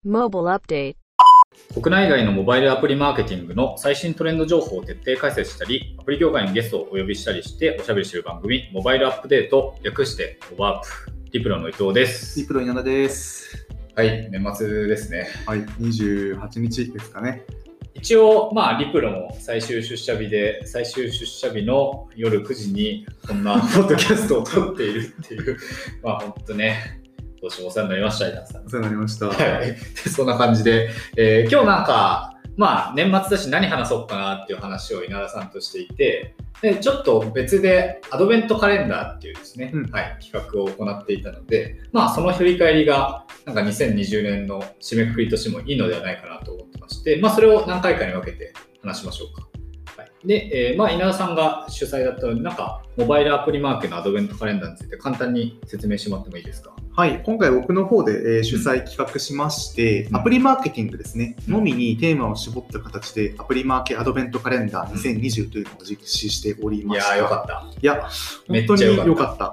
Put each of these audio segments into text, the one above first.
Mobile Update。 国内外のモバイルアプリマーケティングの最新トレンド情報を徹底解説したり、アプリ業界のゲストをお呼びしたりしておしゃべりしている番組、モバイルアップデート、略してモバアップ。リプロの伊藤です。 リプロ稲田です。 はい、年末ですね。 はい、28日ですかね。 一応、リプロも最終出社日で、最終出社日の夜9時にこんなポッドキャストを撮っているっていう、本当ね、どうしてもお世話になりました、稲田さん。 お世話になりました。 はい。そんな感じで、今日年末だし何話そうかなっていう話を稲田さんとしていて、でちょっと別でアドベントカレンダーっていうですね、企画を行っていたので、その振り返りが2020年の締めくくりとしてもいいのではないかなと思ってまして、それを何回かに分けて話しましょうか。はい、で、稲田さんが主催だったので、モバイルアプリマーケのアドベントカレンダーについて簡単に説明してもらってもいいですか？ はい、今回僕の方で、主催企画しまして、アプリマーケティングですね、のみにテーマを絞った形でアプリマーケアドベントカレンダー2020というのを実施しておりました。 いやー、よかった。 いや、本当によかった。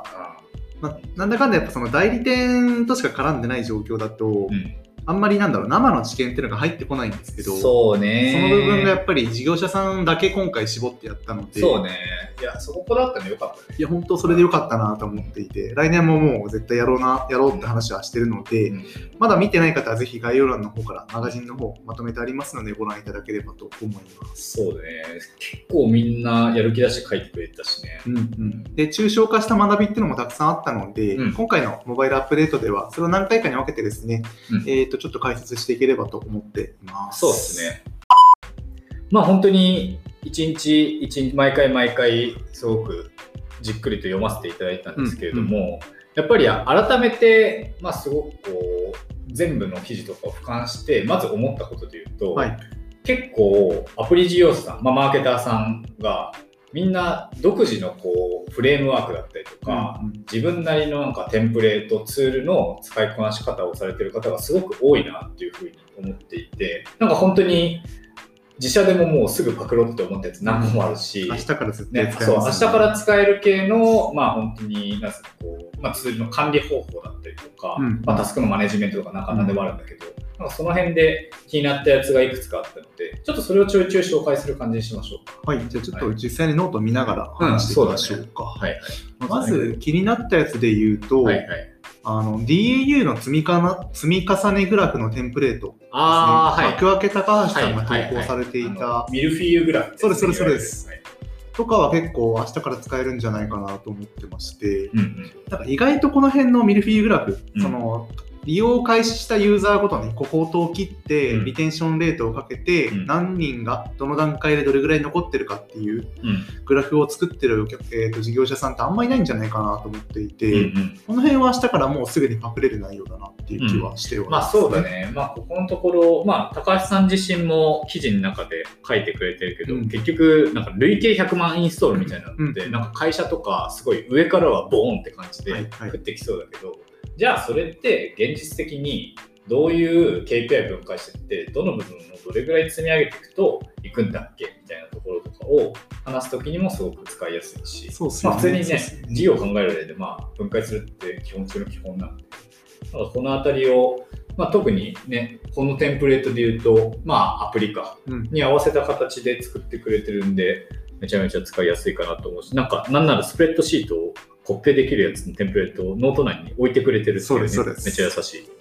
なんだかんだやっぱその代理店としか絡んでない状況だと、あんまり生の知見っていうのが入ってこないんですけど、 そうね、 その部分がやっぱり事業者さんだけ今回絞ってやったので、 そうね、いや、そこだったのよかったね。 いや、本当それでよかったなと思っていて、来年ももう絶対やろうって話はしてるので、まだ見てない方はぜひ概要欄の方からマガジンの方まとめてありますのでご覧いただければと思います。 そうね、結構みんなやる気出して書いてくれたしね。 で、抽象化した学びっていうのもたくさんあったので、今回のモバイルアップデートではそれを何回かに分けてですね、ちょっと解説していければと思っています。 そうですね。本当に一日毎回すごくじっくりと読ませていただいたんですけれども、やっぱり改めて、すごく全部の記事とかを俯瞰してまず思ったことで言うと、結構アプリ事業者さん、マーケターさんがみんな独自のフレームワークだったりとか、自分なりのテンプレートツールの使いこなし方をされている方がすごく多いなっていうふうに思っていて、本当に自社でももうすぐパクろって思ったやつ何個もあるし、 明日から絶対使えますね。 そう、明日から使える系の本当にツールの管理方法だったりとか、タスクのマネジメントとか何でもあるんだけど、その辺で気になったやつがいくつかあったので、ちょっとそれをちょいちょい紹介する感じにしましょうか。 はい、じゃあちょっと実際にノートを見ながら話していきましょうか。まず気になったやつで言うと、DAU の積み重ねグラフのテンプレートですね。幕開け高橋さんが投稿されていたミルフィーユグラフですね。 そうです。とかは結構明日から使えるんじゃないかなと思ってまして、意外とこの辺のミルフィーユグラフ、利用を開始したユーザーごとにコホートを切って、リテンションレートをかけて、何人がどの段階でどれぐらい残ってるかっていうグラフを作ってる、事業者さんってあんまりいないんじゃないかなと思っていて、この辺は明日からもうすぐにパクれる内容だなっていう気はしております。 そうだね。ここのところ、高橋さん自身も記事の中で書いてくれてるけど、結局累計100万インストールみたいなので、会社とかすごい上からはボーンって感じで降ってきそうだけど、じゃあそれって現実的にどういう KPI 分解していってどの部分をどれぐらい積み上げていくといくんだっけみたいなところとかを話すときにもすごく使いやすいし、普通にね、事業を考える上で分解するって基本中の基本なので、このあたりを特にね、このテンプレートで言うとアプリに合わせた形で作ってくれてるんでめちゃめちゃ使いやすいかなと思うし、なんならスプレッドシートをコピペできるやつのテンプレートをノート内に置いてくれてるっていうね、めっちゃ優しい。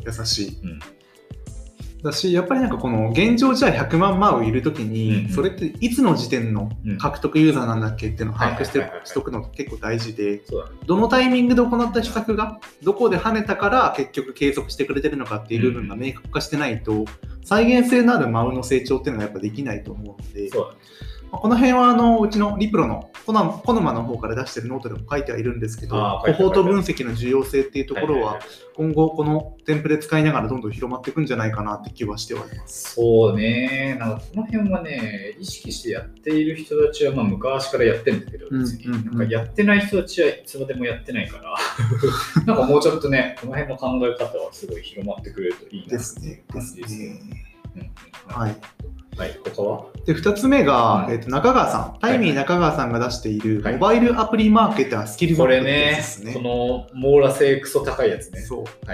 だし、やっぱりこの現状じゃあ100万マウいるときに、それっていつの時点の獲得ユーザーなんだっけっていうのを把握しておくのが結構大事で、どのタイミングで行った施策がどこで跳ねたから結局継続してくれてるのかっていう部分が明確化してないと、再現性のあるマウの成長っていうのはやっぱできないと思うので、この辺はうちのリプロのコヌマの方から出してるノートでも書いてはいるんですけど、コホート分析の重要性っていうところは今後このテンプレ使いながらどんどん広まっていくんじゃないかなって気はしてはいます。 そうね、この辺はね、意識してやっている人たちは昔からやってるんだけど、別にやってない人たちはいつまでもやってないからもうちょっとね、この辺の考え方はすごい広まってくれるといいなっていう感じですね。他はで2つ目が、中川さん、タイミー中川さんが出しているモバイルアプリマーケタースキルマップですね。 これね、この網羅性クソ高いやつね。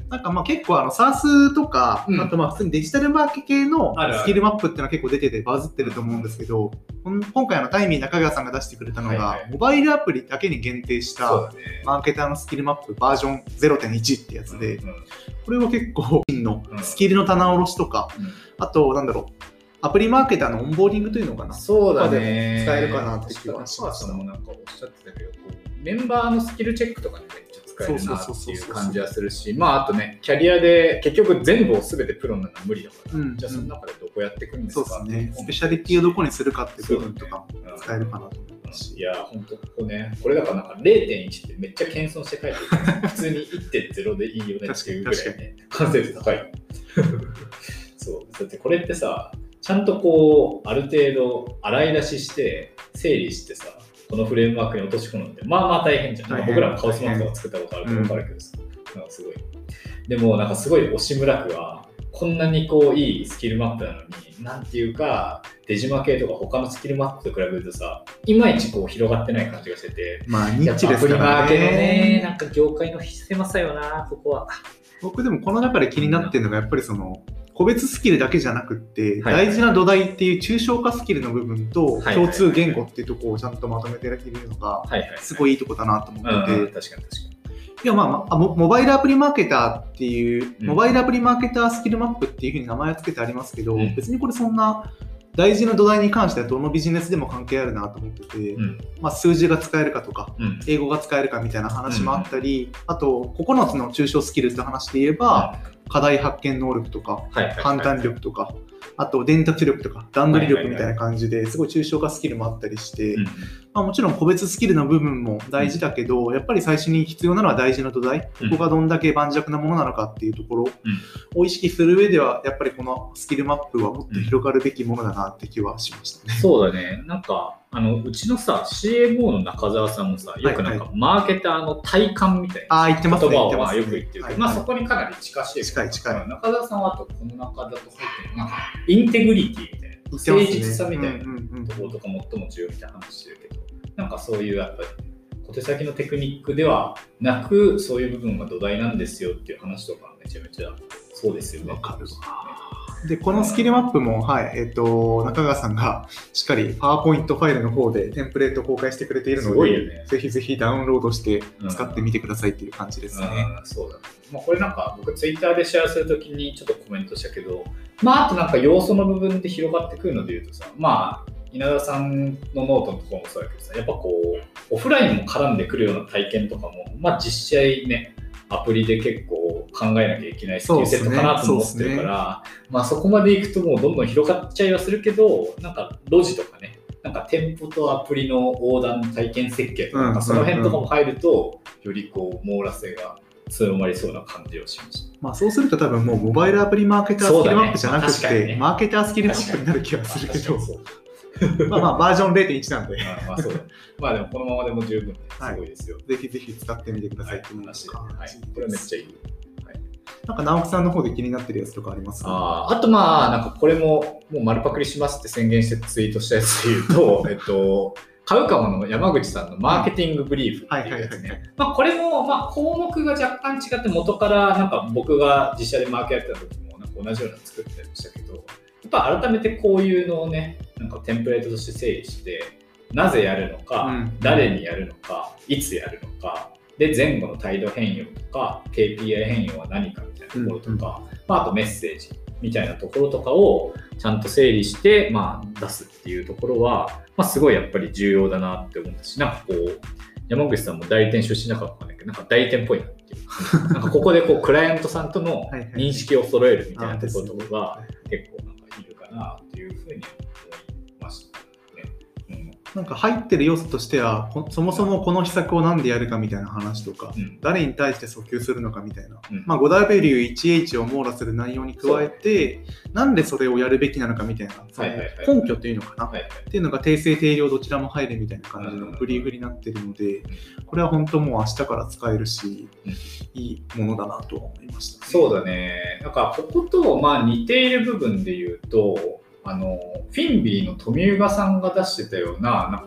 なんかまあ結構SaaS とか、 うん、 あとまあ普通にデジタルマーケ系のスキルマップっていうのは結構出ててバズってると思うんですけど、今回タイミー中川さんが出してくれたのが、はいはい、モバイルアプリだけに限定したマーケターのスキルマップバージョン 0.1 ってやつで、これは結構のスキルの棚卸しとか、あとなんだろう、アプリマーケターのオンボーディングというのかな、 そうだね、 使えるかなって気はしました。 中川さんもなんかおっしゃってたけど、メンバーのスキルチェックとかにめっちゃ使えるなっていう感じはするし、まああとね、キャリアで結局全部を全てプロになるのは無理だから、じゃあその中でどこやっていくんですか。 そうですね、スペシャリティをどこにするかっていう部分とかも使えるかなと思いますし、 いや本当ここね、これだからなんか 0.1 ってめっちゃ謙遜して書いてる普通に 1.0 でいいよねっていうぐらいね、完成度高いそうだってこれってさ、ちゃんとこうある程度洗い出しして整理してさ、このフレームワークに落とし込むのってまあまあ大変じゃん。僕らもカオスマークとか作ったことあるから分かるけどさ、なんかすごい。でもなんかすごい押村区はこんなにこういいスキルマップなのに、なんていうかデジマ系とか他のスキルマップと比べるとさ、いまいちこう広がってない感じがしてて、 まあニッチですからね。 アプリマーケのね、なんか業界の狭さよな、ここは。 僕でもこの中で気になってるのがやっぱりその個別スキルだけじゃなくって、大事な土台っていう抽象化スキルの部分と共通言語っていうところをちゃんとまとめているのがすごいいいとこだなと思ってて、 確かにいやまあモバイルアプリマーケターっていう、モバイルアプリマーケタースキルマップっていうふうに名前を付けてありますけど、別にこれそんな大事な土台に関してはどのビジネスでも関係あるなと思ってて、まあ、数字が使えるかとか、英語が使えるかみたいな話もあったり、あと9つの抽象スキルって話で言えば、課題発見能力とか、判断力とか、あと伝達力とか段取り力みたいな感じですごい抽象化スキルもあったりして、まあ、もちろん個別スキルの部分も大事だけど、やっぱり最初に必要なのは大事な土台、ここがどんだけ盤石なものなのかっていうところを意識する上では、やっぱりこのスキルマップはもっと広がるべきものだなって気はしましたね。 そうだね。なんかうちのさ CMO の中澤さんもさ、よくなんかマーケターの体感みたいな言葉をよく言ってるけど、まあそこにかなり近しい。 近い。 中澤さんはあとこの中だと入ってるなんかインテグリティみたいな、誠実さみたいなところとか最も重要みたいな話してるけど、なんかそういうやっぱり小手先のテクニックではなく、そういう部分が土台なんですよっていう話とかめちゃめちゃそうですよね。 わかるわ。でこのスキルマップも、中川さんがしっかりパワーポイントファイルの方でテンプレートを公開してくれているので、ね、ぜひぜひダウンロードして使ってみてくださいっていう感じですね。 そうだね。まあ、これなんか僕ツイッターでシェアするときにちょっとコメントしたけど、まああとなんか要素の部分で広がってくるのでいうとさ、まあ稲田さんのノートのところもそうだけどさ、やっぱこうオフラインも絡んでくるような体験とかも、まあ実際ね、アプリで結構考えなきゃいけないスキルセットかなと思ってるから、まあそこまでいくともうどんどん広がっちゃいはするけど、なんかロジとかね、なんか店舗とアプリの横断体験設計とか、その辺とかも入ると、よりこう網羅性が強まりそうな感じをしました。 まあそうすると多分もうモバイルアプリマーケタースキルマップじゃなくて、マーケタースキルマップになる気がするけど、まあバージョン 0.1 なんでまあそうだ。まあでもこのままでも十分すごいですよ。 ぜひぜひ使ってみてくださいっていう話。 これめっちゃいい。 なんか直樹さんの方で気になってるやつとかありますか？ あとまあなんかこれもう丸パクリしますって宣言してツイートしたやつで言うと、買うかもの山口さんのマーケティングブリーフっていうやつね。まあこれもまあ項目が若干違って元からなんか僕が自社でマーケやってた時もなんか同じようなの作ってましたけど、やっぱ改めてこういうのをね、なんかテンプレートとして整理して、なぜやるのか、誰にやるのか、いつやるのか、で前後の態度変容とか KPI 変容は何かみたいなところとか、まあ、あとメッセージみたいなところとかをちゃんと整理して、まあ、出すっていうところは、まあ、すごいやっぱり重要だなって思ったし、なんかこう山口さんも代理店出身だからわかんないけど、なんか代理店っぽいなっていうなんかここでこうクライアントさんとの認識を揃えるみたいなところとかが結構なんかいるかなっていうふうに思いました。 なんか入ってる要素としては、そもそもこの施策を何でやるかみたいな話とか、誰に対して訴求するのかみたいな、まあ 5W 1H を網羅する内容に加えて、なんでそれをやるべきなのかみたいな、根拠というのかな、っていうのが定性定量どちらも入るみたいな感じのブリーフになってるので、これは本当もう明日から使えるし、いいものだなとは思いました、ね。 そうだね。なんかこことまあ似ている部分で言うと、フィンビーの富浦さんが出してたような、なんか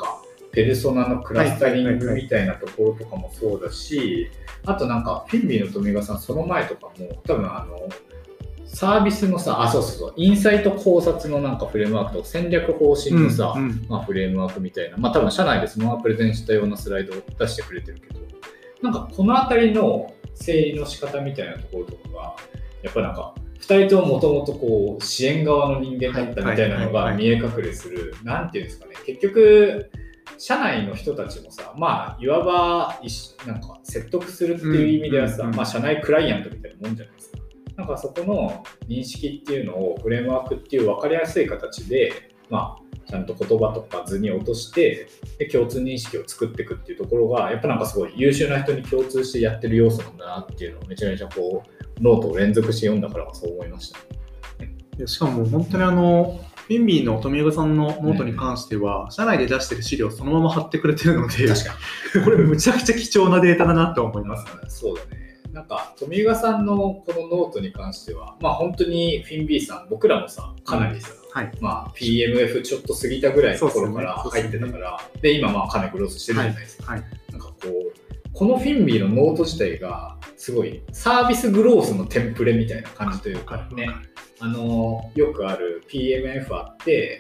ペルソナのクラスタリングみたいなところとかもそうだし、あとなんかフィンビーの富賀さんその前とかも多分サービスのさ、そうインサイト考察のなんかフレームワークと戦略方針のさ、まあ、フレームワークみたいな、まあ多分社内でそのままプレゼンしたようなスライドを出してくれてるけど、なんかこのあたりの整理の仕方みたいなところとかがやっぱなんか2人とももともとこう支援側の人間だったみたいなのが見え隠れする、なんていうんですかね、結局社内の人たちもさ、まあいわばなんか説得するっていう意味ではさ、まあ社内クライアントみたいなもんじゃないですか。なんかそこの認識っていうのをフレームワークっていう分かりやすい形で、まあ、ちゃんと言葉とか図に落としてで共通認識を作っていくっていうところがやっぱなんかすごい優秀な人に共通してやってる要素なんだなっていうのをめちゃめちゃこうノートを連続して読んだからそう思いました。 いやしかも本当にフィンビーの富岡さんのノートに関しては、社内で出してる資料をそのまま貼ってくれてるので、 確かにこれむちゃくちゃ貴重なデータだなと思います。 そうだね。なんか富岡さんのこのノートに関しては、まあ本当にフィンビーさん、僕らもさ、かなりさ、まあ PMF ちょっと過ぎたぐらいの頃から入ってたから、で今まあかなりグロースしてるじゃないですか。なんかこのフィンビーのノート自体がすごいサービスグロースのテンプレみたいな感じというかね、よくある PMF あって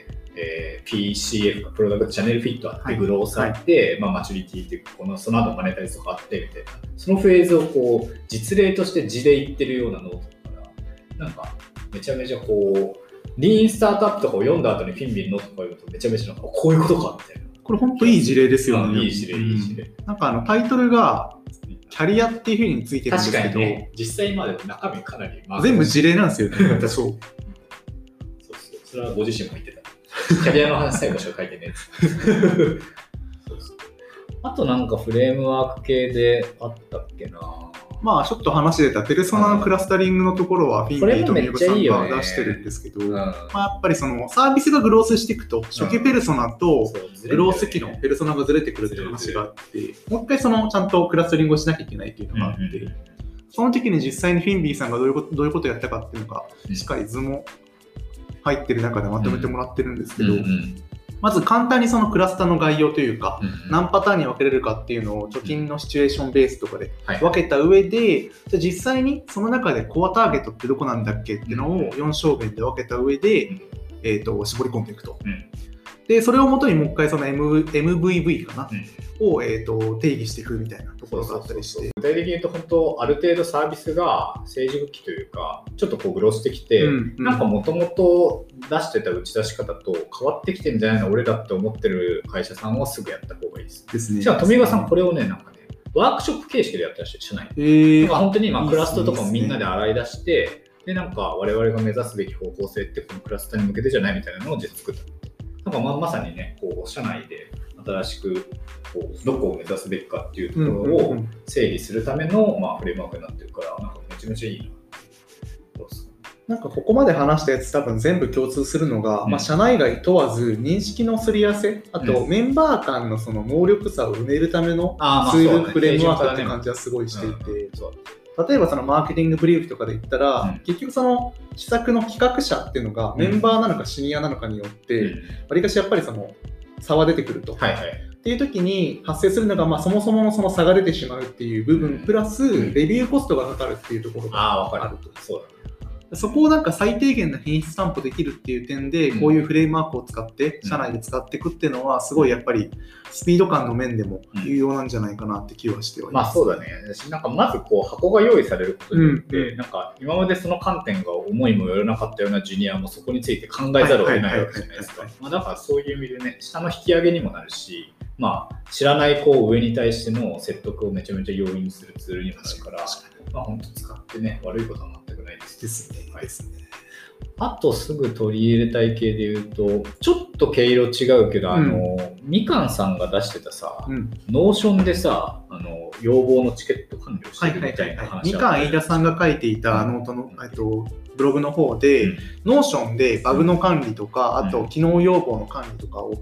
、PCF かプロダクトチャンネルフィットあって、グロースあって、まあ、マチュリティっていうかその後マネタイズとかあってみたいな、そのフェーズをこう実例として字で言ってるようなノートだからなんかめちゃめちゃこうリーンスタートアップとかを読んだ後にフィンビーのノートを読むとめちゃめちゃなんかこういうことかみたいな。 これ本当いい事例ですよね。 いい事例。 なんかタイトルがキャリアっていう風についてるんですけど、 確かにね、実際まで中身かなり全部事例なんですよね。 そうそれはご自身も言ってた。キャリアの話最後しか書いてねえあとなんかフレームワーク系であったっけな。 まあちょっと話出たペルソナのクラスタリングのところはフィンビーとミユコさんが出してるんですけど、まあ、やっぱりそのサービスがグロースしていくと初期ペルソナとグロース期のペルソナがずれてくるっていう話があって、もう一回そのちゃんとクラスタリングをしなきゃいけないっていうのがあって、その時に実際にフィンビーさんがどういうことをやったかっていうのがしっかり図も入ってる中でまとめてもらってるんですけど、まず簡単にそのクラスターの概要というか、何パターンに分けれるかっていうのを貯金のシチュエーションベースとかで分けた上で、じゃあ実際にその中でコアターゲットってどこなんだっけっていうのを4象限で分けた上で、絞り込んでいくと。でそれをもとにもう一回その MVV かな、を、定義していくみたいなところがあったりして、 具体的に言うと本当ある程度サービスが成熟期というかちょっとこうグローしてきて、なんかもともと出してた打ち出し方と変わってきてんじゃないの俺らって思ってる会社さんはすぐやった方がいいですね。しかも富岡さんこれをねなんかねワークショップ形式でやってらっしゃるしない、本当に今クラストとかもみんなで洗い出してでなんか我々が目指すべき方向性ってこのクラスターに向けてじゃないみたいなのを実作った。なんかまさにねこう社内で新しくこうどこを目指すべきかっていうところを整理するための、まあ、フレームワークになってるからなんかめちゃめちゃいいな。 なんかここまで話したやつ多分全部共通するのが、まあ、社内外問わず認識のすり合わせ、あとメンバー間のその能力差を埋めるためのツール、フレームワークって感じはすごいしていて、例えばそのマーケティングブリーフとかで言ったら、結局その施策の企画者っていうのがメンバーなのかシニアなのかによってわりかしやっぱりその差は出てくると、っていう時に発生するのが、まあ、そもそものその差が出てしまうっていう部分プラスレビューコストがかかるっていうところがあると。そこをなんか最低限の品質担保できるっていう点で、こういうフレームワークを使って社内で使っていくっていうのはすごいやっぱりスピード感の面でも有用なんじゃないかなって気はしております。 まあそうだね。なんかまずこう箱が用意されることによって、なんか今までその観点が思いもよらなかったようなジュニアもそこについて考えざるを得ないわけじゃないですか。まあだからそういう意味でね、下の引き上げにもなるし、まあ知らないこう上に対しての説得をめちゃめちゃ容易にするツールにもなるから、まあ本当使ってね悪いことは全くないです。 ですね。 あとすぐ取り入れたい系で言うとちょっと毛色違うけど、みかんさんが出してたさ、ノーションでさ要望のチケット完了してるみたいな話、 みかん飯田さんが書いていたノートの、ブログの方で、ノーションでバグの管理とか、あと機能要望の管理とかを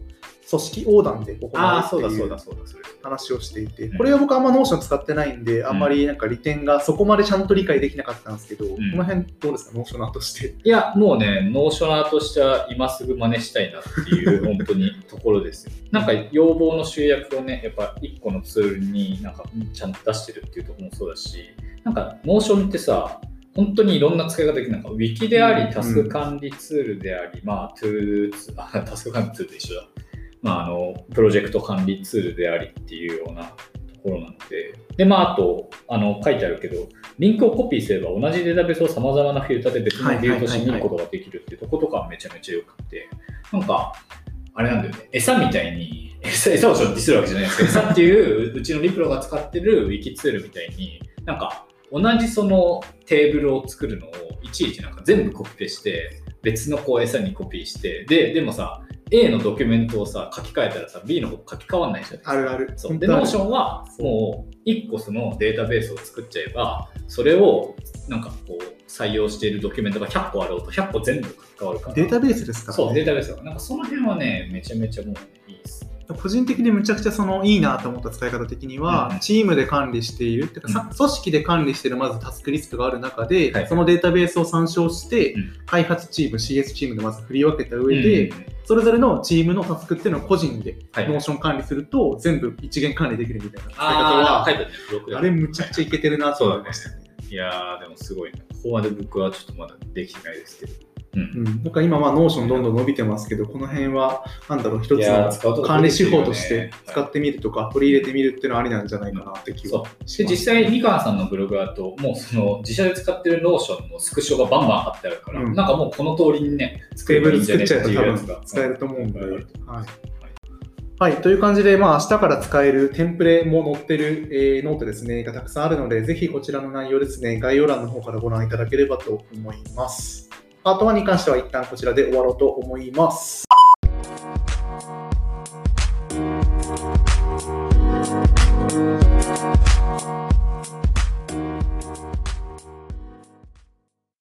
組織横断で行うっていう話をしていて、これは僕あんまノーション使ってないんで、あんまりなんか利点がそこまでちゃんと理解できなかったんですけど、この辺どうですか、ノーショナーとして。 いや、もうね、ノーショナーとしては今すぐ真似したいなっていう本当にところですよ。なんか要望の集約をね、やっぱ1個のツールになんかちゃんと出してるっていうところもそうだし、なんかノーションってさ、本当にいろんな使い方できる。なんかウィキであり、タスク管理ツールであり、タスク管理ツールと一緒だ。プロジェクト管理ツールでありっていうようなところなので、で、あと、書いてあるけど、リンクをコピーすれば同じデータベースを様々なフィルターで別のビューとして見ることができるっていうところとかめちゃめちゃ良くて、なんか、あれなんだよね、餌みたいに、餌をちょっとディスるわけじゃないですけど、餌っていううちのリプロが使ってるウィキツールみたいに、なんか、同じそのテーブルを作るのをいちいちなんか全部コピペして別のこう餌にコピーしてでもさ A のドキュメントをさ書き換えたらさ B の方書き換わんないじゃないですか。 あるある。 そうでノーションはもう1個そのデータベースを作っちゃえばそれをなんかこう採用しているドキュメントが100個あろうと100個全部書き換わるから。 データベースですか、ね、 そうデータベースだからなんかその辺はねめちゃめちゃもういいです。 個人的にむちゃくちゃいいなと思った使い方的には、チームで管理しているっていうか、組織で管理しているまずタスクリストがある中で、そのデータベースを参照して、開発チーム CS チームでまず振り分けた上で、それぞれのチームのタスクっていうのを個人でノーション管理すると全部一元管理できるみたいな使い方はあれむちゃくちゃいけてるなと思いましたね。 いやーでもすごいね。ここまで僕はちょっとまだできてないですけど。 だから今ノーションどんどん伸びてますけど、この辺は一つの管理手法として使ってみるとか取り入れてみるっていうのはありなんじゃないかなって気はします。 で実際三河さんのブログだともうその自社で使ってるノーションのスクショがバンバン貼ってあるから、なんかもうこの通りにねテーブル作っちゃえば多分使えると思うんで、はい、という感じで、明日から使えるテンプレも載ってる、ノートですねがたくさんあるので、ぜひこちらの内容ですね概要欄の方からご覧いただければと思います。パート1に関しては一旦こちらで終わろうと思います。